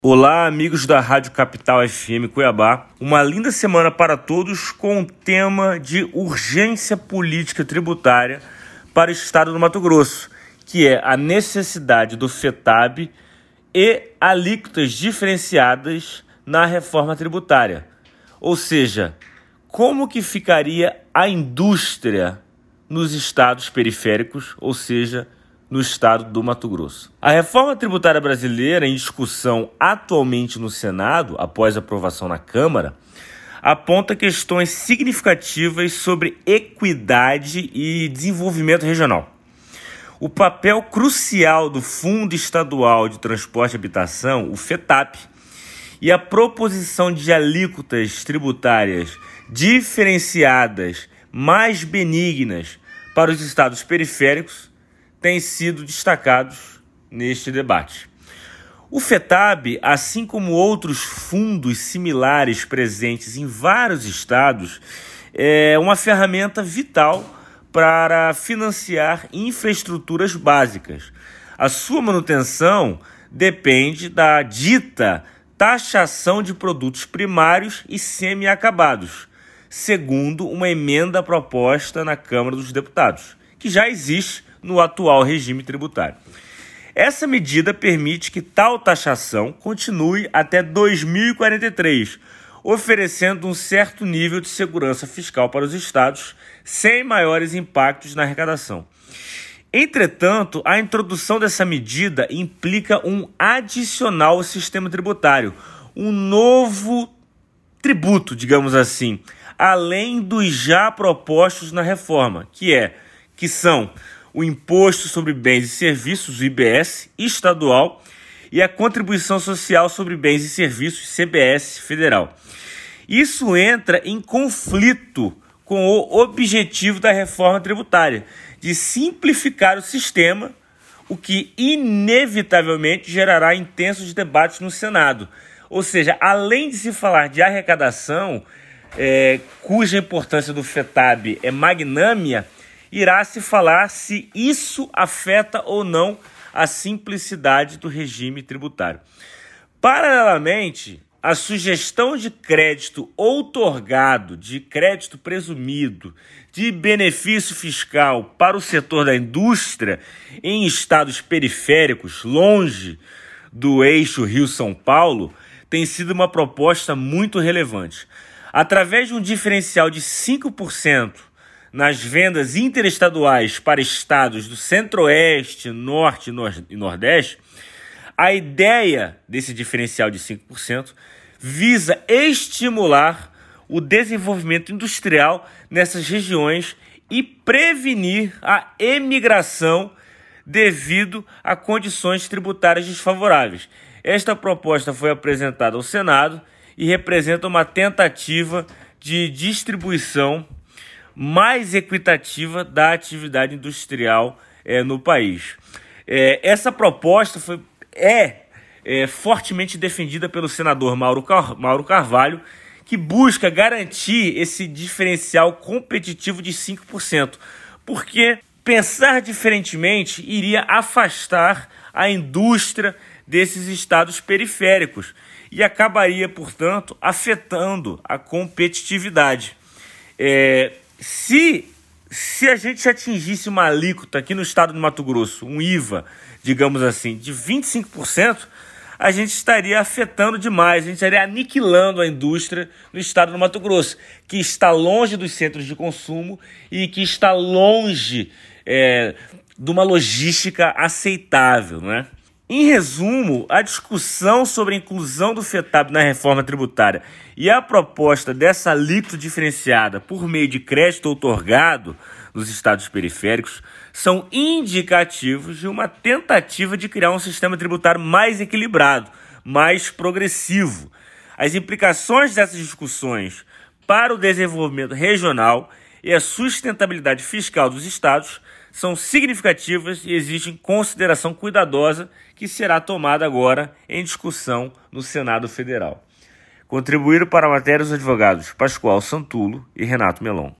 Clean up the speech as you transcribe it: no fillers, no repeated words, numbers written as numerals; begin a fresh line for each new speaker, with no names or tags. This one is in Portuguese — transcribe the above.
Olá, amigos da Rádio Capital FM Cuiabá. Uma linda semana para todos com o tema de urgência política tributária para o estado do Mato Grosso, que é a necessidade do FETAB e alíquotas diferenciadas na reforma tributária. Ou seja, como que ficaria a indústria nos estados periféricos, ou seja, no estado do Mato Grosso. A reforma tributária brasileira, em discussão atualmente no Senado, após aprovação na Câmara, aponta questões significativas sobre equidade e desenvolvimento regional. O papel crucial do Fundo Estadual de Transporte e Habitação, o FETAP, e a proposição de alíquotas tributárias diferenciadas mais benignas para os estados periféricos têm sido destacados neste debate. O FETAB, assim como outros fundos similares presentes em vários estados, é uma ferramenta vital para financiar infraestruturas básicas. A sua manutenção depende da dita taxação de produtos primários e semi-acabados, segundo uma emenda proposta na Câmara dos Deputados, que já existe no atual regime tributário. Essa medida permite que tal taxação continue até 2043, oferecendo um certo nível de segurança fiscal para os estados, sem maiores impactos na arrecadação. Entretanto, a introdução dessa medida implica um adicional ao sistema tributário, um novo tributo, digamos assim, além dos já propostos na reforma, que são o Imposto sobre Bens e Serviços, o IBS, estadual, e a Contribuição Social sobre Bens e Serviços, CBS, federal. Isso entra em conflito com o objetivo da reforma tributária, de simplificar o sistema, o que inevitavelmente gerará intensos debates no Senado. Ou seja, além de se falar de arrecadação, cuja importância do FETAB é magnânima, irá se falar se isso afeta ou não a simplicidade do regime tributário. Paralelamente, a sugestão de crédito outorgado, de crédito presumido, de benefício fiscal para o setor da indústria em estados periféricos, longe do eixo Rio-São Paulo, tem sido uma proposta muito relevante. Através de um diferencial de 5%, nas vendas interestaduais para estados do Centro-Oeste, Norte e Nordeste, a ideia desse diferencial de 5% visa estimular o desenvolvimento industrial nessas regiões e prevenir a emigração devido a condições tributárias desfavoráveis. Esta proposta foi apresentada ao Senado e representa uma tentativa de distribuição mais equitativa da atividade industrial no país. Essa proposta é fortemente defendida pelo senador Mauro Carvalho, que busca garantir esse diferencial competitivo de 5%, porque pensar diferentemente iria afastar a indústria desses estados periféricos e acabaria, portanto, afetando a competitividade. Se a gente atingisse uma alíquota aqui no estado do Mato Grosso, um IVA, digamos assim, de 25%, a gente estaria afetando demais, a gente estaria aniquilando a indústria no estado do Mato Grosso, que está longe dos centros de consumo e que está longe de uma logística aceitável, né? Em resumo, a discussão sobre a inclusão do FETAB na reforma tributária e a proposta dessa alíquota diferenciada por meio de crédito outorgado nos estados periféricos são indicativos de uma tentativa de criar um sistema tributário mais equilibrado, mais progressivo. As implicações dessas discussões para o desenvolvimento regional e a sustentabilidade fiscal dos estados são significativas e exigem consideração cuidadosa que será tomada agora em discussão no Senado Federal. Contribuíram para a matéria os advogados Pascoal Santulo e Renato Melon.